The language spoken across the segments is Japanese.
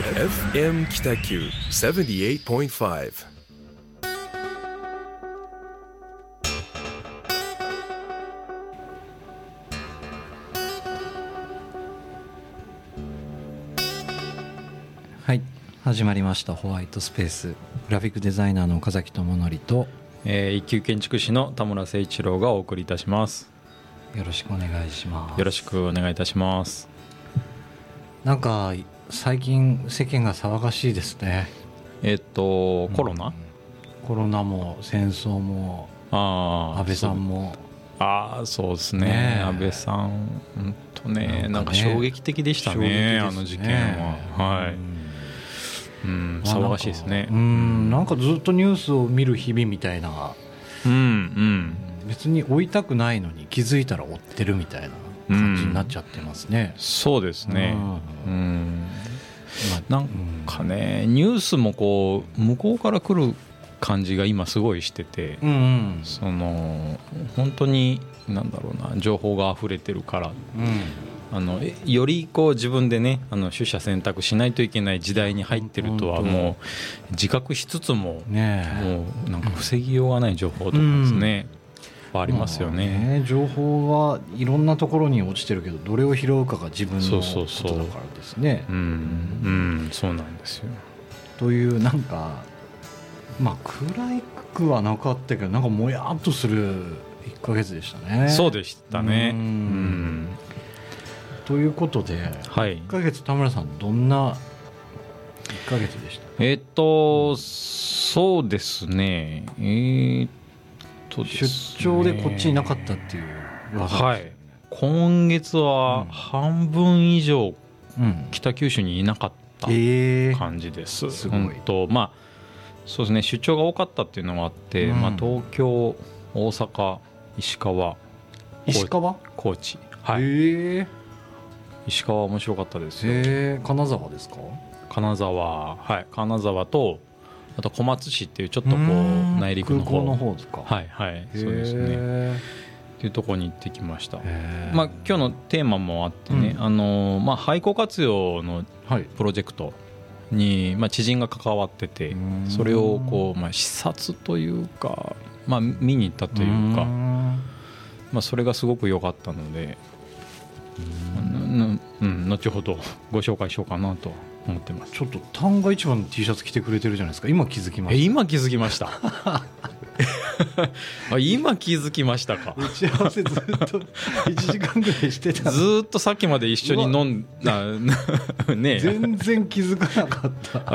FM 北九78.5。 はい、始まりましたホワイトスペース。グラフィックデザイナーの岡崎智則と、 一級建築士の田村誠一郎がお送りいたします。 よろしくお願いします。 よろしくお願いいたします。 なんか最近世間が騒がしいですね。 コロナ、 コロナも戦争も安倍さんも。 そうですね。安倍さん本当ね、なんか衝撃的でしたね、あの事件は。はい。騒がしいですね。 なんかずっとニュースを見る日々みたいな。別に追いたくないのに気づいたら追ってるみたいな感じになっちゃってますね。 そうですね。なんかね、ニュースもこう向こうから来る感じが今すごいしてて、その本当になんだろうな、情報が溢れてるから、よりこう自分でね、取捨選択しないといけない時代に入ってるとはもう自覚しつつも、もうなんか防ぎようがない情報とかですね、ありますよね。 情報はいろんなところに落ちてるけど、どれを拾うかが自分のことだからですね。 そうなんですよ。 というなんか暗くはなかったけど、なんかもやっとする1ヶ月でしたね。 そうでしたね。 ということで、1ヶ月、田村さんどんな1ヶ月でした？ そうですね。 出張でこっちになかったっていう噂ですよね。 今月は半分以上北九州にいなかった感じです。本当、そうですね、出張が多かったっていうのもあって、東京、大阪、石川、高知、石川面白かったですよ。 金沢ですか？ 金沢と、あと小松市っていうちょっとこう内陸の方、 空港の方ですか？ そうですね。っていうところに行ってきました。今日のテーマもあってね、廃校活用のプロジェクトに、知人が関わってて、それをこう、視察というか、見に行ったというか、それがすごく良かったので、後ほどご紹介しようかなと思ってます。 ちょっと旦過市場の T シャツ着てくれてるじゃないですか。今気づきました。 今気づきました今気づきましたか。 打ち合わせずっと1時間ぐらいしてた。 ずっとさっきまで一緒に飲んだね。 全然気づかなかった。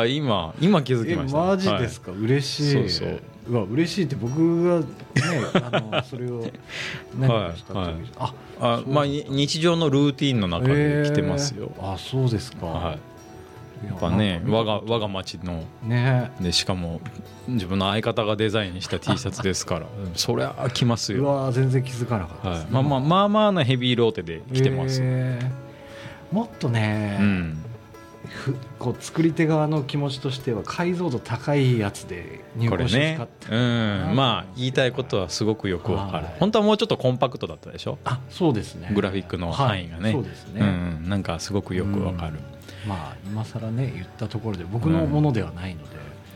今気づきました。 マジですか？嬉しい。うわ、嬉しいって。僕がねそれを何かした時、 日常のルーティンの中で来てますよ。 そうですか。 やっぱね、我が町の、でしかも自分の相方がデザインした T シャツですからそりゃ着ますよ。 うわ、全然気づかなかったですね。 まあなヘビーローテで着てます。 もっとね、こう作り手側の気持ちとしては解像度高いやつで入稿して使って言いたいことはすごくよくわかる。本当はもうちょっとコンパクトだったでしょ。 そうですね。 グラフィックの範囲がね。 そうですね。 なんかすごくよくわかる。 今更ね言ったところで僕のものではないので、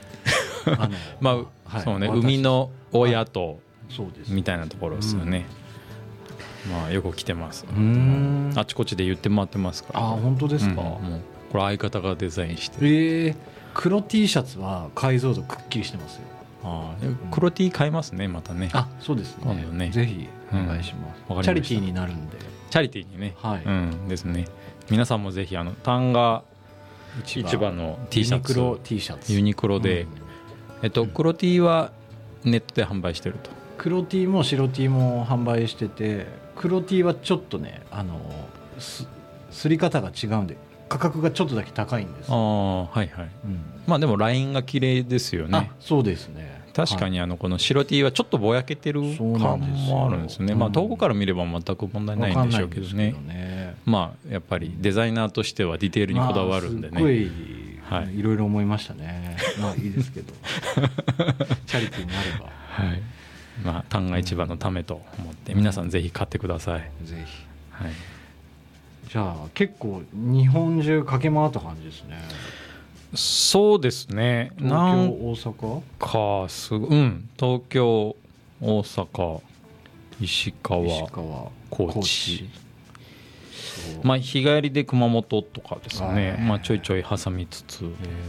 そうね、生みの親とみたいなところですよね。よく来てます。あちこちで言ってもらってますから。 本当ですか？ これ相方がデザインしてる。 黒 T シャツは解像度くっきりしてますよ。 黒 T 買いますね、またね。 そうですね。 今度ね、 ぜひお願いします。チャリティーになるんで。 チャリティーにね。ですね。皆さんもぜひ旦過市場の T シャツ、ユニクロで、黒 T はネットで販売してると。 黒 T も白 T も販売してて、黒 T はちょっとね、すり方が違うんで価格がちょっとだけ高いんです。でもラインが綺麗ですよね。そうですね。確かにこの白 T はちょっとぼやけてる感もあるんですよね。遠くから見れば全く問題ないんでしょうけどね。やっぱりデザイナーとしてはディテールにこだわるんでね。 すごいいろいろ思いましたね。いいですけどチャリティーになれば、 旦過市場のためと思って皆さんぜひ買ってください。 ぜひ。じゃあ結構日本中駆け回った感じですね。 そうですね。 東京大阪か東京大阪石川高知まあ日帰りで熊本とかですね、まあちょいちょい挟みつつ、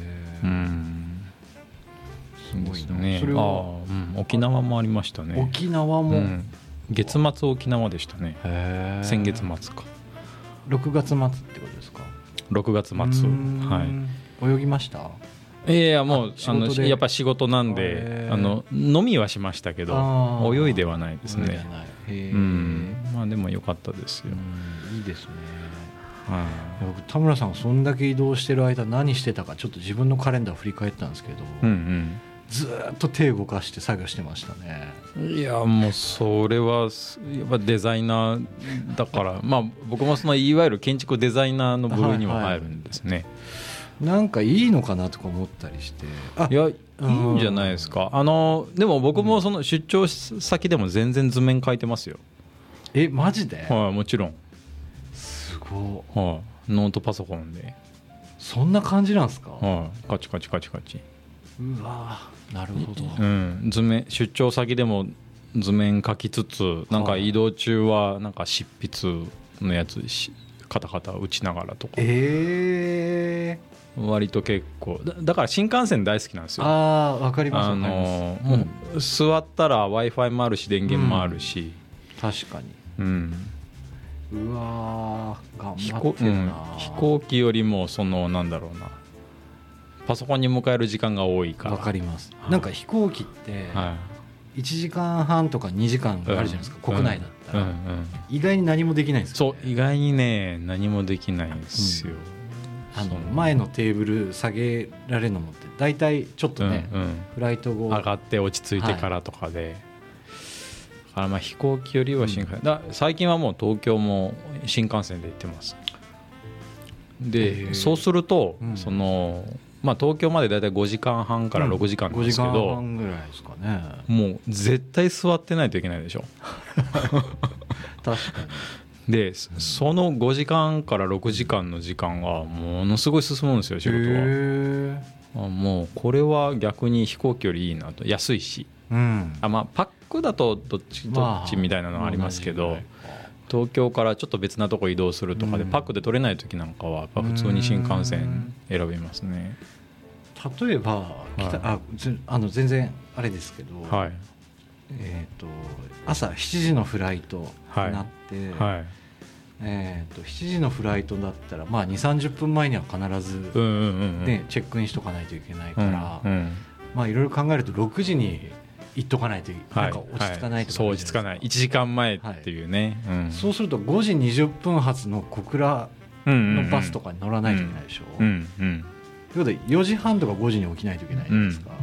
すごいな。 ね、それは沖縄もありましたね。 沖縄も、 月末沖縄でしたね。先月末か 6月末ってことですか。 6月末、はい。 泳ぎました？ いやもうやっぱ仕事なんで飲みはしましたけど泳いではないですね。まあでも良かったですよ。 いいですね。僕田村さんがそんだけ移動してる間何してたかちょっと自分のカレンダー振り返ったんですけど、ずっと手動かして作業してましたね。 いやもうそれはやっぱデザイナーだからまあ僕もそのいわゆる建築デザイナーの部類にも入るんですね。 なんかいいのかなとか思ったりして、 いやいいんじゃないですか。でも僕もその出張先でも全然図面描いてますよ。 マジで？ はい、もちろん。 すごい、ノートパソコンで。 そんな感じなんですか？ カチカチカチカチ。 うわ、なるほど。 図面出張先でも図面描きつつなんか移動中はなんか執筆のやつカタカタ打ちながらとか。割と結構 だから新幹線大好きなんですよ。 わかります。 もう座ったら Wi-Fi もあるし電源もあるし、 確かに。うわ頑張ってるな。 飛行機よりもそのなんだろうなパソコンに向かえる時間が多いから。 わかります。なんか飛行機って1時間半とか2時間あるじゃないですか、国内だったら、意外に何もできないんですよね。 そう意外にね何もできないんですよ。 前のテーブル下げられるのもって大体ちょっとね、フライト後上がって落ち着いてからとかで、だからまあ飛行機よりは新幹線、最近はもう東京も新幹線で行ってます。でそうするとそのまあ東京までだいたい5時間半から6時間なんですけど、 5時間半ぐらいですかね。 もう絶対座ってないといけないでしょ。 確かに。 でその5時間から6時間の時間がものすごい進むんですよ仕事は。もうこれは逆に飛行機よりいいなと。安いし、まあパックだとどっちみたいなのはありますけど、東京からちょっと別なとこ移動するとかでパックで取れない時なんかはやっぱ普通に新幹線選びますね。 例えば全然あれですけど、朝7時のフライトになって、7時のフライトだったらまあ 2,30 分前には必ず、チェックインしとかないといけないから、まあいろいろ考えると6時に行っとかないとなんか落ち着かないとか、 そう落ち着かない1時間前っていうね、 そうすると5時20分発の小倉のバスとかに乗らないといけないでしょ。ということで4時半とか5時に起きないといけないじゃないですか。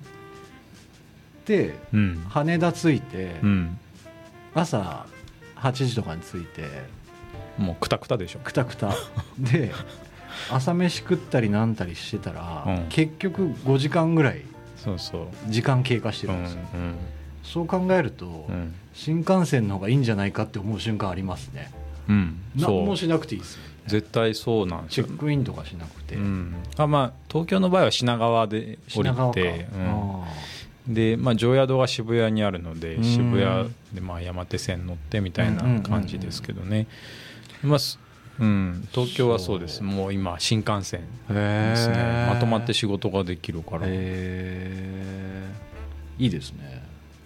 で、羽田着いて、朝8時とかに着いてもうクタクタでしょ。 クタクタで朝飯食ったりなんたりしてたら、結局5時間ぐらい時間経過してるんですよ。そう考えると、新幹線の方がいいんじゃないかって思う瞬間ありますね。何もしなくていいですよね。 絶対そうなんですよ。 チェックインとかしなくて、 まあ東京の場合は品川で降りて、でまあ常宿が渋谷にあるので渋谷でまあ山手線乗ってみたいな感じですけどね。東京はそうです。もう今新幹線ですね。まとまって仕事ができるから、いいですね。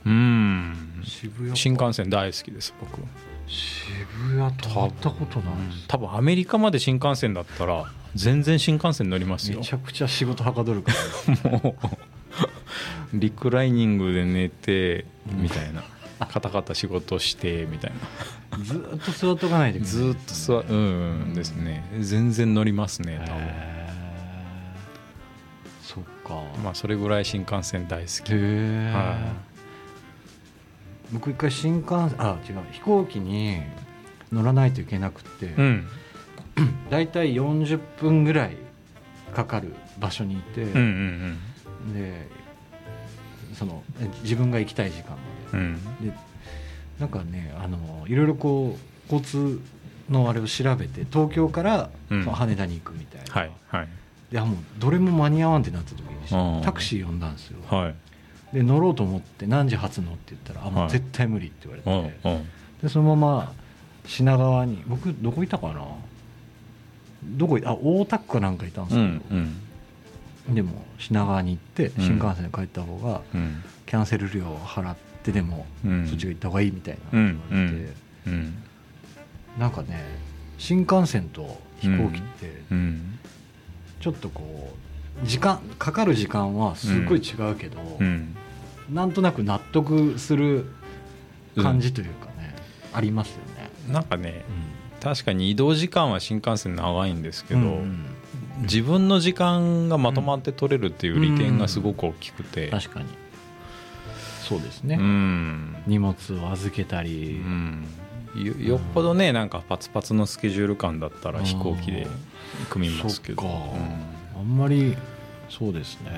新幹線大好きです僕。 渋谷通ったことないです。 多分アメリカまで新幹線だったら全然新幹線乗りますよ。 めちゃくちゃ仕事はかどるからもうリクライニングで寝てみたいな、カタカタ仕事してみたいな。ずっと座っとかないで、 ずっと座ですね。全然乗りますね多分。 そっか。 まあそれぐらい新幹線大好き。 僕一回飛行機に乗らないといけなくて、だいたい40分ぐらいかかる場所にいて、でその自分が行きたい時間まで、でなんかねいろいろこう交通のあれを調べて東京から羽田に行くみたいないやもうどれも間に合わんってなった時にタクシー呼んだんですよ、 はい、 で乗ろうと思って何時発のって言ったらもう絶対無理って言われて、 はい、 でそのまま品川に僕どこいたかな大田区かなんかいたんですけど、うんうん、でも品川に行って新幹線で帰った方がキャンセル料を払ってでもそっちが行った方がいいみたいな言われて、うんうん、なんかね新幹線と飛行機ってちょっとこうかかる時間はすごい違うけど、なんとなく納得する感じというかね、ありますよね。 なんかね、確かに移動時間は新幹線長いんですけど、自分の時間がまとまって取れるっていう利点がすごく大きくて、 確かにそうですね、荷物を預けたり、 よっぽどねなんかパツパツのスケジュール感だったら飛行機で組みますけど、 あんまりそうですね、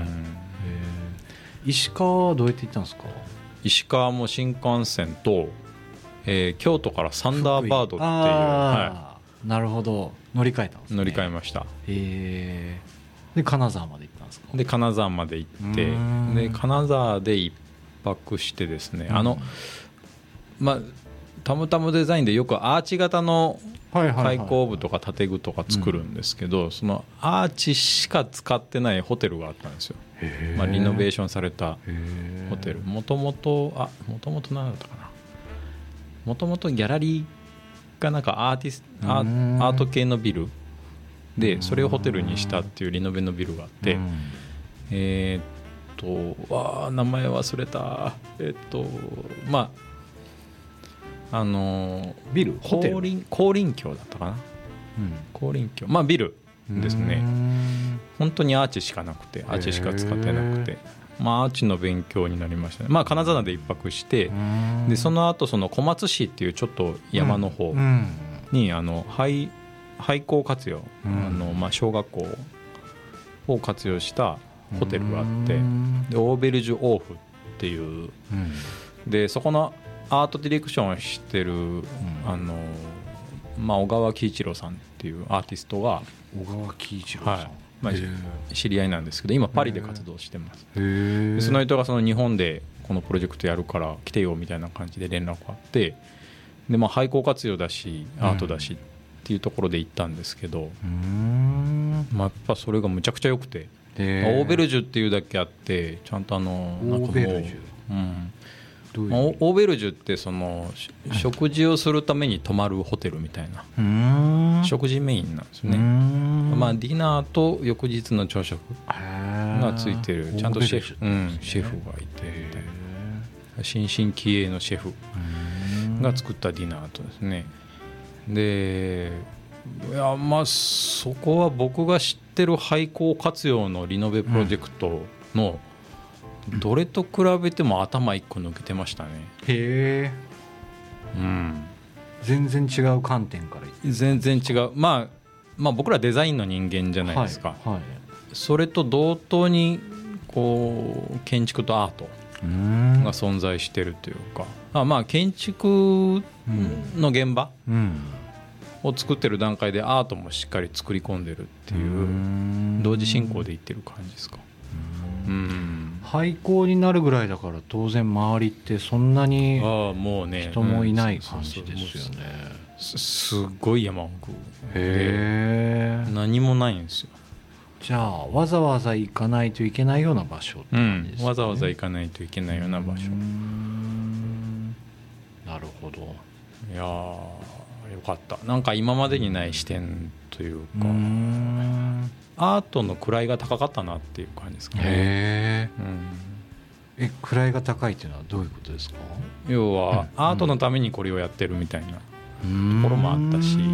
石川はどうやって行ったんですか？ 石川も新幹線と、京都からサンダーバードっていう、 なるほど、乗り換えたんですね。 乗り換えました。 で金沢まで行ったんですか？ で金沢まで行って、で金沢で一泊してですね、タムタムデザインでよくアーチ型の開口部とか建具とか作るんですけど、そのアーチしか使ってないホテルがあったんですよ。リノベーションされたホテル、もともと何だったかな、もともとギャラリーがなんかアート系のビルで、それをホテルにしたっていうリノベのビルがあって、名前忘れた、 ビルホテル光林峡だったかな、光林峡、ビルですね。本当にアーチしかなくて、アーチしか使ってなくて、アーチの勉強になりましたね。金沢で一泊して、でその後その小松市っていうちょっと山の方に廃校活用、小学校を活用したホテルがあって、でオーベルジュオーフっていう、でそこのアートディレクションをしてる、小川喜一郎さんっていうアーティストが、 小川喜一郎さん、 知り合いなんですけど、今パリで活動してます。でその人がその日本でこのプロジェクトやるから来てよみたいな感じで連絡があって、で廃校活用だしアートだしっていうところで行ったんですけど、やっぱそれがむちゃくちゃ良くて、オーベルジュっていうだけあって、ちゃんとなんかもう、オーベルジュってその食事をするために泊まるホテルみたいな、食事メインなんですね。ディナーと翌日の朝食がついてる、ちゃんとシェフがいて、新進気鋭のシェフが作ったディナーとですね。でそこは僕が知ってる廃校活用のリノベプロジェクトのどれと比べても頭一個抜けてましたね。 全然違う観点から全然違う。僕らデザインの人間じゃないですか、それと同等にこう建築とアートが存在してるというか、建築の現場を作ってる段階でアートもしっかり作り込んでるっていう同時進行でいってる感じですか。 廃校になるぐらいだから当然周りってそんなに人もいない感じですよね。 すごい山奥で何もないんですよ。 じゃあわざわざ行かないといけないような場所って感じですね。 わざわざ行かないといけないような場所。 なるほど。 いやよかった。なんか今までにない視点というか、アートの位が高かったなっていう感じですかね。 位が高いっていうのはどういうことですか？ 要はアートのためにこれをやってるみたいなところもあったし、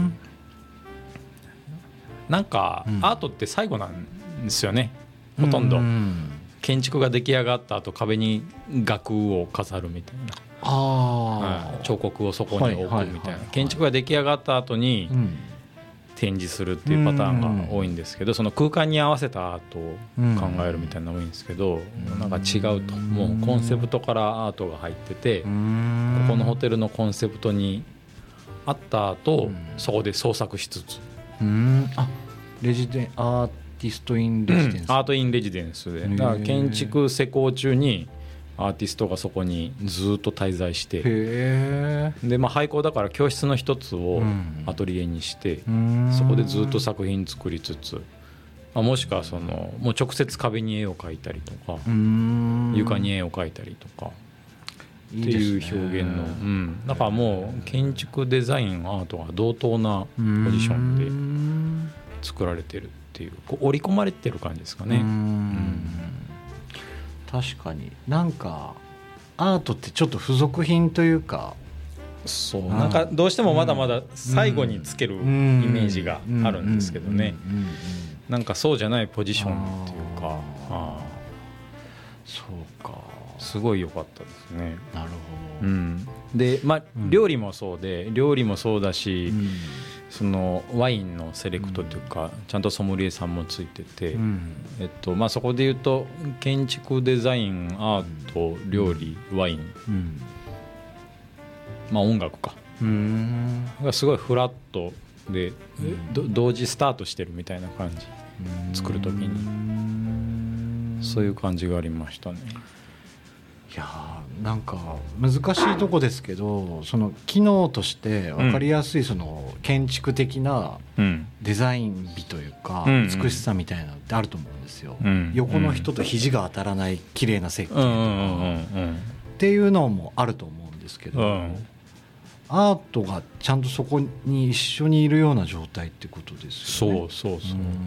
なんかアートって最後なんですよね。ほとんど建築が出来上がった後壁に額を飾るみたいな、彫刻をそこに置くみたいな、建築が出来上がった後に展示するっていうパターンが多いんですけど、その空間に合わせたアートを考えるみたいなのが多いんですけど、なんか違うと、もうコンセプトからアートが入ってて、ここのホテルのコンセプトに合ったアートをそこで創作しつつ、 レジデンアーティストインレジデンス、 アートインレジデンスで、だから建築施工中にアーティストがそこにずっと滞在して、で、廃校だから教室の一つをアトリエにして、そこでずっと作品作りつつ、もしくはもう直接壁に絵を描いたりとか床に絵を描いたりとかっていう表現の、だからもう建築デザインアートが同等なポジションで作られてるっていう、織り込まれてる感じですかね。 確かになんかアートってちょっと付属品というか、 そうなんかどうしてもまだまだ最後につけるイメージがあるんですけどね、なんかそうじゃないポジションっていうか、 そうか、 すごい良かったですね。 なるほど。 で、料理もそうで、料理もそうだし、そのワインのセレクトというか、ちゃんとソムリエさんもついてて、そこで言うと建築デザインアート料理ワイン、音楽かがすごいフラットで、同時スタートしてるみたいな感じ、作る時にそういう感じがありましたね。 いやなんか難しいとこですけど、その機能として分かりやすいその建築的なデザイン美というか美しさみたいなのってあると思うんですよ。横の人と肘が当たらない綺麗な設計とかっていうのもあると思うんですけど、アートがちゃんとそこに一緒にいるような状態ってことですよね。そう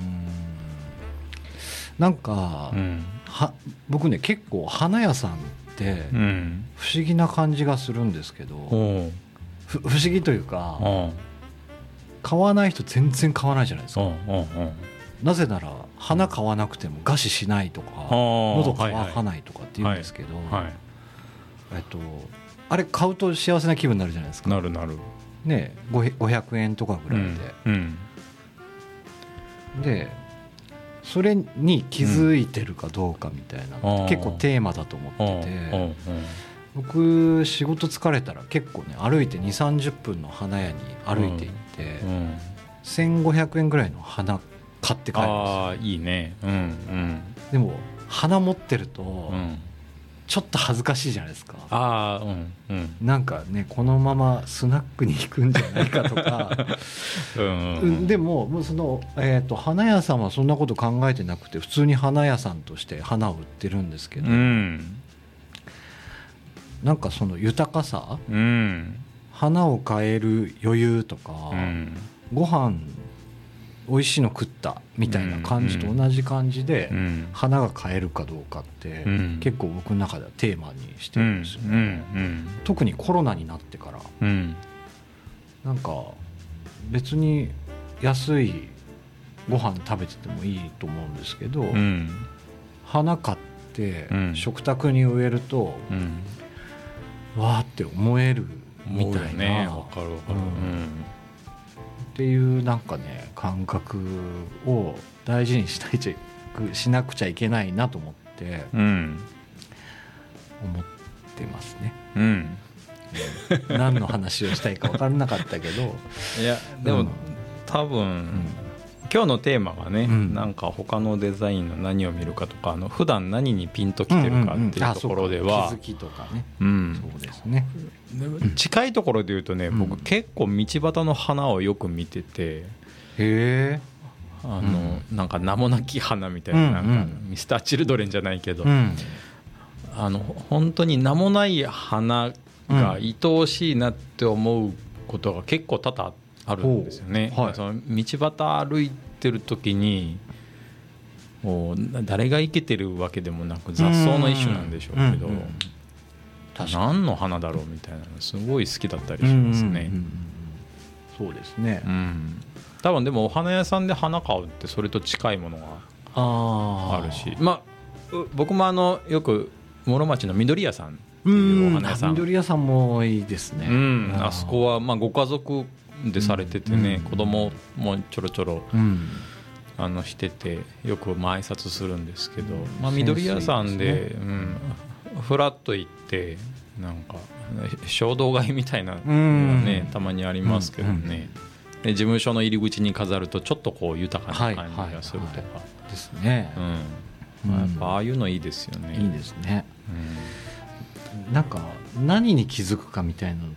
なんか、僕ね結構花屋さんって不思議な感じがするんですけど、不思議というか、買わない人全然買わないじゃないですか。なぜなら花買わなくても餓死しないとか喉乾かないとかって言うんですけど、あれ買うと幸せな気分になるじゃないですか。 なるね、500円とかぐらいで、でそれに気づいてるかどうかみたいな、結構テーマだと思ってて、僕仕事疲れたら結構ね歩いて 2,30 分の花屋に歩いて行って、1,500円ぐらいの花買って帰るんですよ。 いいね。 でも花持ってるとちょっと恥ずかしいじゃないですか。なんかねこのままスナックに行くんじゃないかとかでもその、花屋さんはそんなこと考えてなくて普通に花屋さんとして花を売ってるんですけど、なんかその豊かさ、花を買える余裕とか、ご飯美味しいの食ったみたいな感じと同じ感じで、花が買えるかどうかって、結構僕の中ではテーマにしてるんですよね。特にコロナになってから、なんか別に安いご飯食べててもいいと思うんですけど、花買って食卓に植えると、わーって思えるみたいな。 わかるっていうなんかね感覚を大事にしなくちゃいけないなと思って思ってますね。何の話をしたいか分からなかったけど、 いやでも多分今日のテーマがね、なんか他のデザインの何を見るかとか、普段何にピンときてるかっていうところでは、 気づきとかね、そうですね。 近いところで言うとね、僕結構道端の花をよく見てて、なんか名もなき花みたいな、なんかミスターチルドレンじゃないけど、本当に名もない花が愛おしいなって思うことが結構多々あるんですよね。その道端歩いてる時にもう誰が生けてるわけでもなく雑草の一種なんでしょうけど、何の花だろうみたいなのすごい好きだったりしますね。 そうですね。 多分でもお花屋さんで花買うってそれと近いものがあるし、僕もよく室町の緑屋さんっていうお花屋さん、 緑屋さんもいいですね。 あそこはご家族でされててね、子供もちょろちょろしててよく挨拶するんですけど、緑屋さんでフラッと行ってなんか衝動買いみたいなのがねたまにありますけどね、 で事務所の入り口に飾るとちょっとこう豊かな感じがするとか、 ですね、 まあ、やっぱああいうのいいですよね。 いいですね、なんか何に気づくかみたいなのって、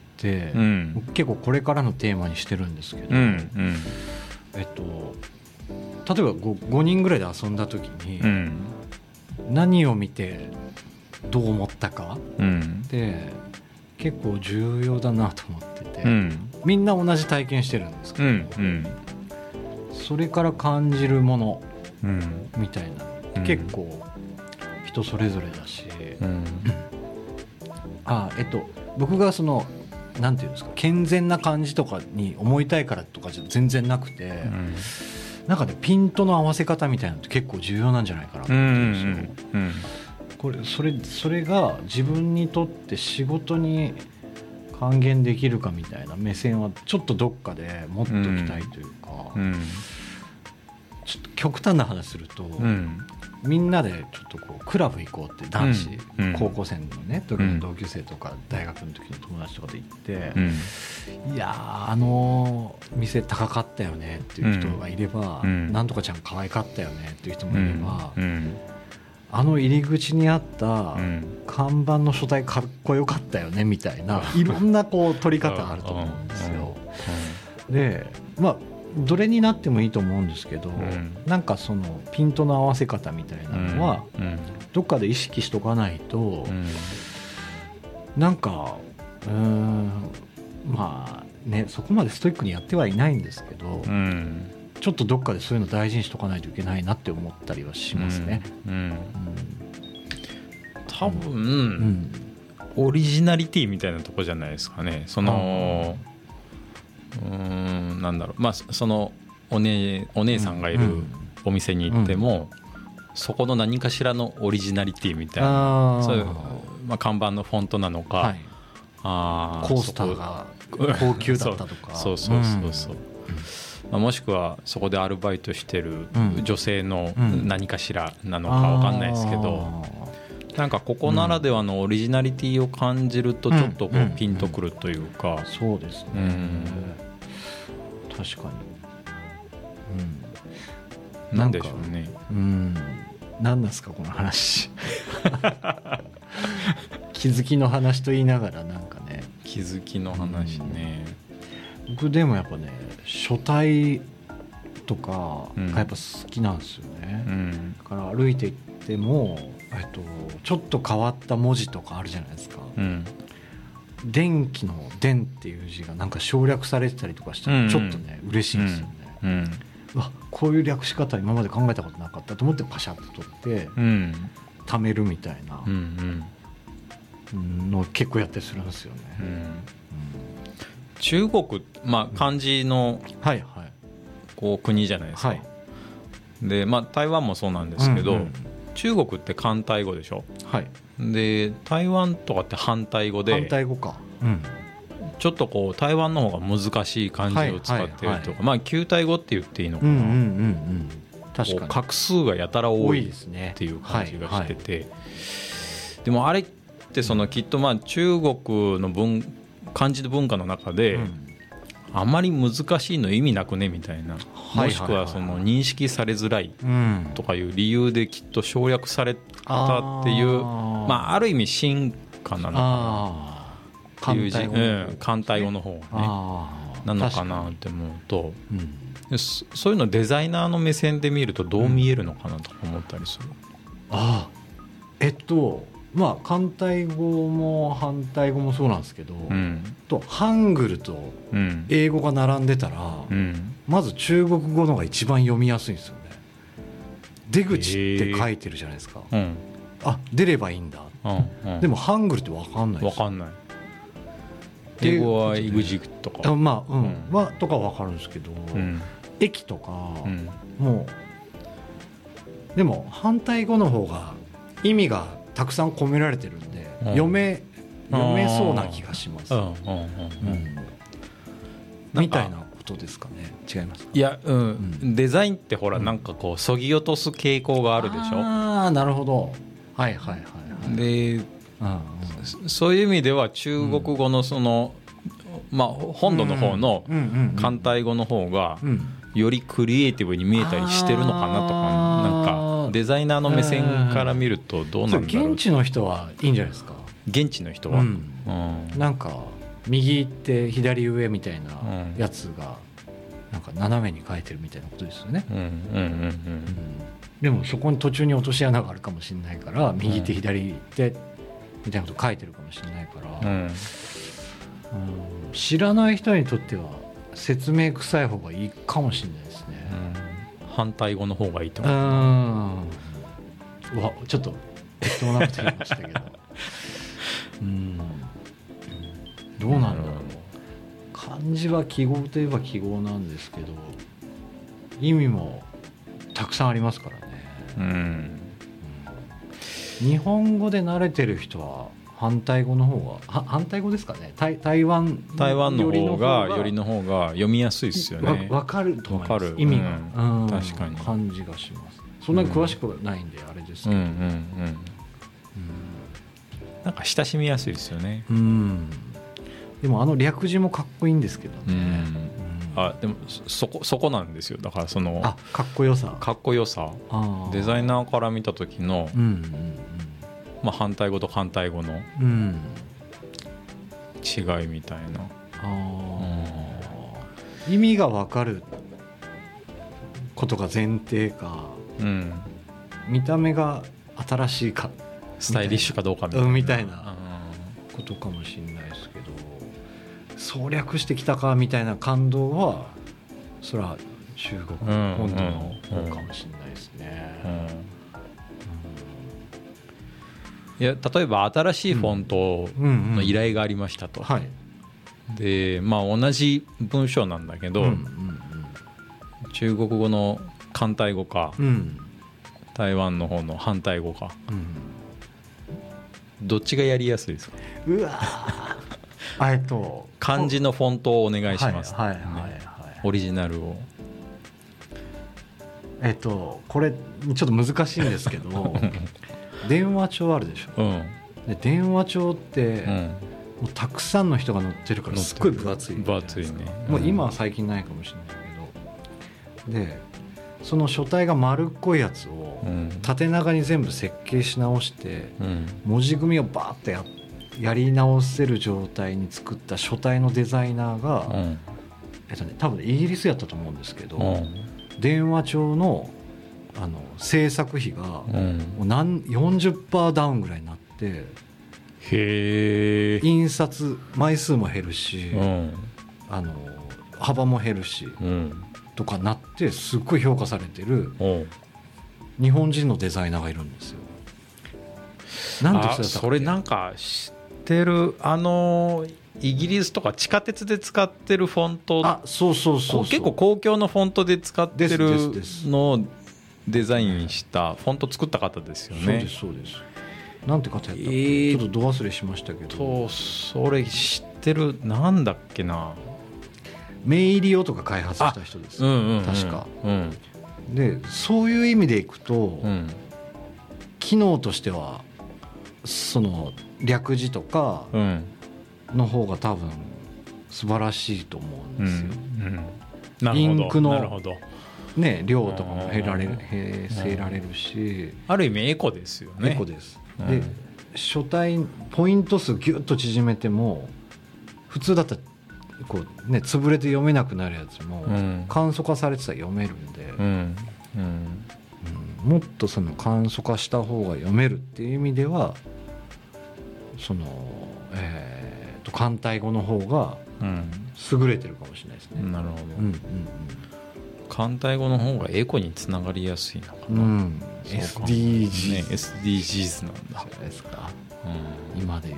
僕結構これからのテーマにしてるんですけど、例えば 5人ぐらいで遊んだ時に、何を見てどう思ったかって結構重要だなと思ってて、みんな同じ体験してるんですけど、それから感じるものみたいな、結構人それぞれだし、僕がそのなんていうんですか、健全な感じとかに思いたいからとかじゃ全然なくて、なんかねピントの合わせ方みたいなのって結構重要なんじゃないかなと思うんですよ。それが自分にとって仕事に還元できるかみたいな目線はちょっとどっかで持っておきたいというか、ちょっと極端な話すると、みんなでちょっとこうクラブ行こうって男子、高校生のね時の同級生とか大学の時の友達とかで行って、いやあの店高かったよねっていう人がいれば、なんとかちゃん可愛かったよねっていう人もいれば、あの入り口にあった看板の書体かっこよかったよねみたいな、いろんなこう取り方があると思うんですよ。でまあどれになってもいいと思うんですけど、なんかそのピントの合わせ方みたいなのはどっかで意識しとかないと、なんかまあねそこまでストイックにやってはいないんですけど、ちょっとどっかでそういうの大事にしとかないといけないなって思ったりはしますね。 多分、オリジナリティみたいなとこじゃないですかね。そのなんだろう、まあそのお姉さんがいるお店に行っても、そこの何かしらのオリジナリティみたいな、そういう、まあ、看板のフォントなのか、 コースターが高級だったとかそう、まあ、もしくはそこでアルバイトしてる女性の何かしらなのか分かんないですけど、なんかここならではのオリジナリティを感じるとちょっとこうピンとくるというか、 そうですね、確かに、 なんでしょうね。 何ですかこの話気づきの話と言いながらなんかね、 気づきの話ね、 僕でもやっぱね書体とかがやっぱ好きなんですよね、だから歩いていってもちょっと変わった文字とかあるじゃないですか、電気の電っていう字がなんか省略されてたりとかしたらちょっとね、嬉しいんですよね、わこういう略し方今まで考えたことなかったと思ってパシャッと取って貯めるみたいなのを結構やったりするんですよね、 中国、まあ、漢字のこう国じゃないですか、で、まあ、台湾もそうなんですけど、中国って簡体語でしょ、で台湾とかって反対語で、 反対語か、 ちょっとこう台湾の方が難しい漢字を使ってるとか、まあ旧体語って言っていいのかな、確かに画数がやたら多いっていう感じがしてて、でもあれってそのきっとまあ中国の漢字の文化の中で、あまり難しいの意味なくねみたいな、もしくはその認識されづらいとかいう理由できっと省略されたっていう、まあある意味進化なのかなっていう簡体語の方がねなのかなって思うと、そういうのデザイナーの目線で見るとどう見えるのかなと思ったりする。 まあ簡体語も反対語もそうなんですけど、とハングルと英語が並んでたら、まず中国語の方が一番読みやすいんですよね。出口って書いてるじゃないですか、出ればいいんだ、でもハングルって分かんないです。 分かんない。英語は EXIT とかはとか分かるんですけど、駅とかもうでも反対語の方が意味がたくさん込められてるんで、読めそうな気がします、みたいなことですかね。違いますか？ いや、デザインってほらなんかこうそぎ落とす傾向があるでしょ。 なるほど、でそういう意味では中国語のそのまあ、本土の方の簡体語の方がよりクリエイティブに見えたりしてるのかなとか、なんかデザイナーの目線から見るとどうなんだろう。 現地の人はいいんじゃないですか。 現地の人は、 なんか右行って左上みたいなやつがなんか斜めに書いてるみたいなことですよね。でもそこに途中に落とし穴があるかもしれないから、右手左手みたいなこと書いてるかもしれないから、知らない人にとっては説明臭い方がいいかもしれないですね。 反対語の方がいいと思う。わ、ちょっと適当なこと言いましたけどどうなんだろう。漢字は記号といえば記号なんですけど、意味もたくさんありますからね。日本語で慣れてる人は反対語の方が、反対語ですかね。台湾の方がよりの方が読みやすいですよね。 分かると思います。意味が、 確かに感じがします。そんなに詳しくないんであれですけど、 なんか親しみやすいですよね。 でも略字もかっこいいんですけどね。 でもそこなんですよ。だからそのかっこよさデザイナーから見た時の、まあ、反対語と反対語の違いみたいな、 意味が分かることが前提か、見た目が新しいかスタイリッシュかどうかみたいなことかもしれないですけど、省略してきたかみたいな感動はそれは中国本土の方かもしれないですね。 いや、例えば新しいフォントの依頼がありましたと、で、まあ、同じ文章なんだけど、中国語の簡体語か、台湾の方の反対語か、どっちがやりやすいですか。 うわ漢字のフォントをお願いします、オリジナルを。 これちょっと難しいんですけど電話帳あるでしょ、で電話帳って、もうたくさんの人が載ってるからすっごい分厚い、 分厚いね。 もう今は最近ないかもしれないけど、でその書体が丸っこいやつを縦長に全部設計し直して、文字組みをバーッとやり直せる状態に作った書体のデザイナーが、多分イギリスやったと思うんですけど、電話帳の制作費がもう40% ダウンぐらいになって、印刷枚数も減るし、幅も減るし、とかなってすっごい評価されてる日本人のデザイナーがいるんですよ。なんでそれだったっけ。 それなんか知ってる。イギリスとか地下鉄で使ってるフォント、 そう結構公共のフォントで使ってるのをデザインしたフォント作った方ですよね。 そうです。なんて方やったっけ、ちょっとど忘れしましたけど。 それ知ってる。なんだっけな。 メイリオとか開発した人です、確か、でそういう意味でいくと、機能としてはその略字とかの方が多分素晴らしいと思うんですよ。インクの量とかも減られるし、 ある意味エコですよね。 エコです。で書体ポイント数ギュッと縮めても、普通だったらこうね、潰れて読めなくなるやつも簡素化されてたら読めるんで、もっとその簡素化した方が読めるっていう意味では、その簡体語の方が優れてるかもしれないですね。 なるほど。簡体語の方がエコにつながりやすいのかな。 SDGs、 SDGs なんだじゃないですか、今で言う。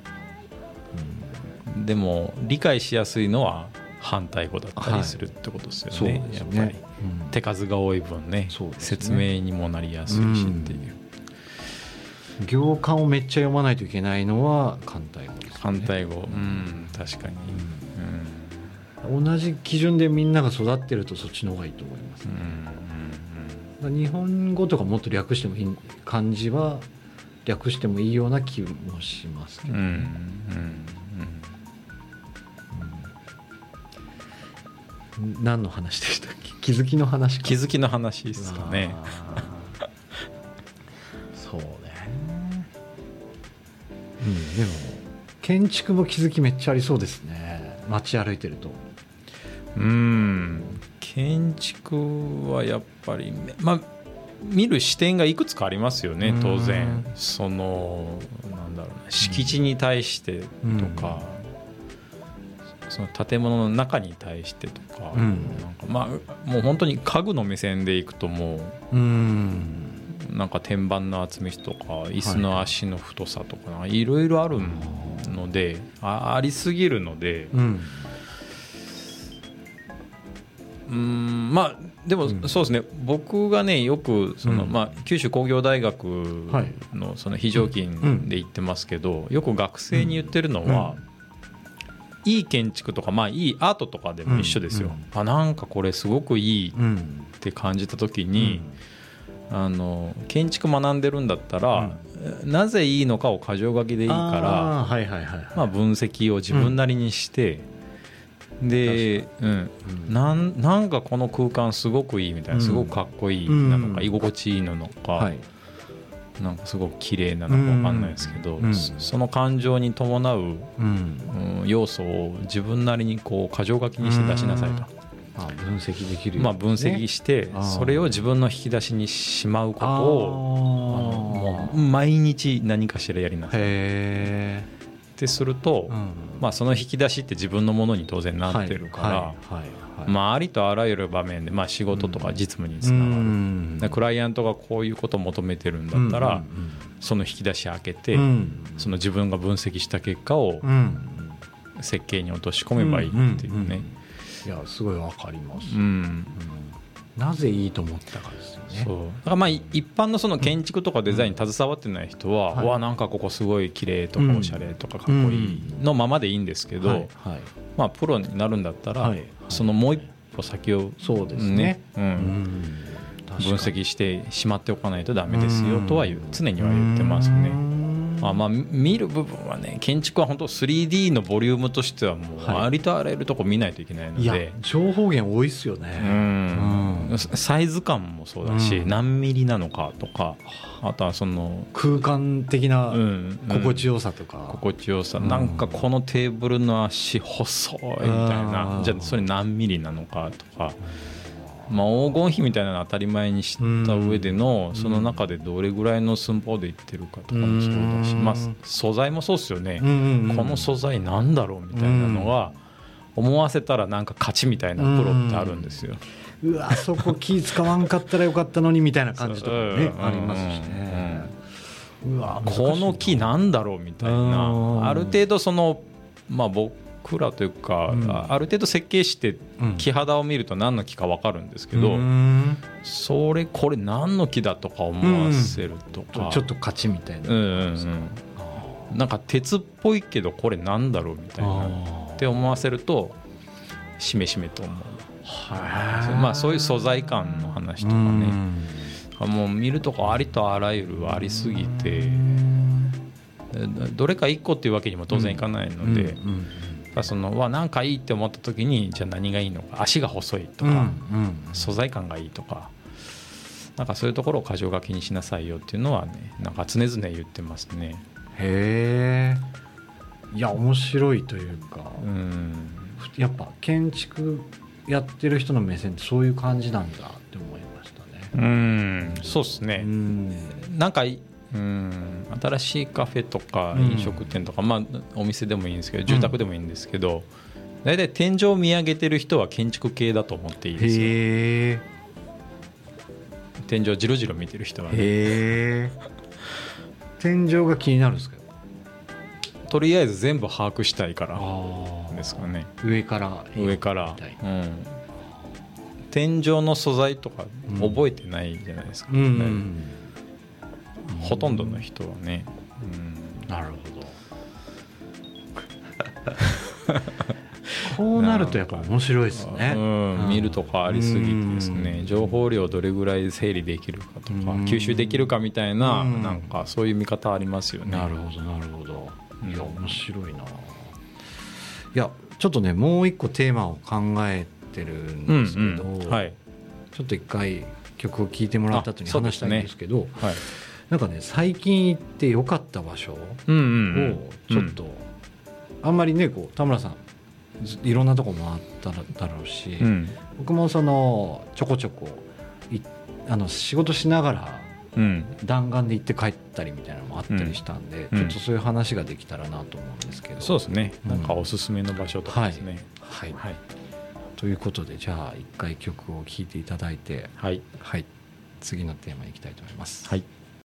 でも理解しやすいのは反対語だったりするってことですよね。やっぱり手数が多い分ね、説明にもなりやすいしっていう。 行間をめっちゃ読まないといけないのは簡体語ですね。 反対語、確かに、 同じ基準でみんなが育ってるとそっちの方がいいと思いますね。日本語とかもっと略してもいい、漢字は略してもいいような気もしますけどね。 何の話でしたっけ？気づきの話か。 気づきの話ですかね。 そうね、でも建築も気づきめっちゃありそうですね、街歩いてると。 建築はやっぱり、見る視点がいくつかありますよね、当然。そのなんだろうな、敷地に対してとか、その建物の中に対してとか、なんかもう本当に家具の目線でいくともう、なんか天板の厚みとか椅子の足の太さとかいろいろあるので、ありすぎるので、でもそうですね、僕がねよくその、九州工業大学のその非常勤で行ってますけど、よく学生に言ってるのは、いい建築とか、いいアートとかでも一緒ですよ。なんかこれすごくいいって感じた時に、建築学んでるんだったら、なぜいいのかを箇条書きでいいから、分析を自分なりにして、で、なんかこの空間すごくいいみたいな、すごくかっこいいなのか、居心地いいのか、なんかすごく綺麗なのか分かんないですけど、その感情に伴う要素を自分なりにこう箇条書きにして出しなさいと。 分析できるように、 分析してそれを自分の引き出しにしまうことをもう毎日何かしらやりなさいってすると、その引き出しって自分のものに当然なってるから、ありとあらゆる場面で、仕事とか実務につながる、クライアントがこういうことを求めてるんだったら、その引き出し開けて、その自分が分析した結果を設計に落とし込めばいいっていうね。 いやすごいわかります、なぜいいと思ったかですよね。 そうだから一般のその建築とかデザインに携わってない人は、わなんかここすごい綺麗とかおしゃれとかかっこいいのままでいいんですけど、プロになるんだったら、そのもう一歩先をね、分析してしまっておかないとダメですよとは常には言ってますね。見る部分はね、建築は本当 3D のボリュームとしてはもうありとあらゆるとこ見ないといけないので、 情報源多いっすよね。 サイズ感もそうだし、何ミリなのかとか、あとはその空間的な心地よさとか、 心地よさ、なんかこのテーブルの足細いみたいな、じゃあそれ何ミリなのかとか、黄金比みたいなの当たり前に知った上での、その中でどれぐらいの寸法でいってるかとかもそうだし、素材もそうですよね。この素材なんだろうみたいなのが思わせたらなんか勝ちみたいなプロってあるんですよ。 うわそこ気使わんかったらよかったのにみたいな感じとかねありますしね。うわこの木なんだろうみたいな、ある程度その僕らというか、ある程度設計して木肌を見ると何の木か分かるんですけど、これ何の木だとか思わせるとか、 ちょっと勝ちみたいな、 なんか鉄っぽいけどこれなんだろうみたいなって思わせるとしめしめと思う。そういう素材感の話とかね、もう見るとこありとあらゆるありすぎて、どれか1個っていうわけにも当然いかないので、そのなんかいいって思った時に、じゃあ何がいいのか、足が細いとか、素材感がいいとか、なんかそういうところを箇条書きにしなさいよっていうのはね、なんか常々言ってますね。 へえ、いや面白いというか、やっぱ建築やってる人の目線ってそういう感じなんだって思いましたね。 そうですね。なんか新しいカフェとか飲食店とか、お店でもいいんですけど、住宅でもいいんですけど、大体天井を見上げてる人は建築系だと思っていいですよ。天井じろじろ見てる人はね。 天井が気になるんですか？ とりあえず全部把握したいからですかね。 上から天井の素材とか覚えてないじゃないですか、ほとんどの人はね。 なるほど。こうなるとやっぱ面白いですね。 見るとかありすぎてですね、情報量どれぐらい整理できるかとか、吸収できるかみたいな、なんかそういう見方ありますよね。 なるほどなるほど。いや面白いな。いやちょっとね、もう一個テーマを考えてるんですけど、 うんうん、はい、 ちょっと一回曲を聴いてもらった後に話したいんですけど、 ね、はい、 なんかね最近行って良かった場所をちょっと、あんまりねこう田村さんいろんなとこ回っただろうし、うん、僕もそのちょこちょこ仕事しながら弾丸で行って帰ったりみたいなのもあったりしたんで、ちょっとそういう話ができたらなと思うんですけど、 そうですね、なんかおすすめの場所とかですね、 はい、はいはい、ということでじゃあ一回曲を聴いていただいて、はいはい、次のテーマに行きたいと思います。 はい。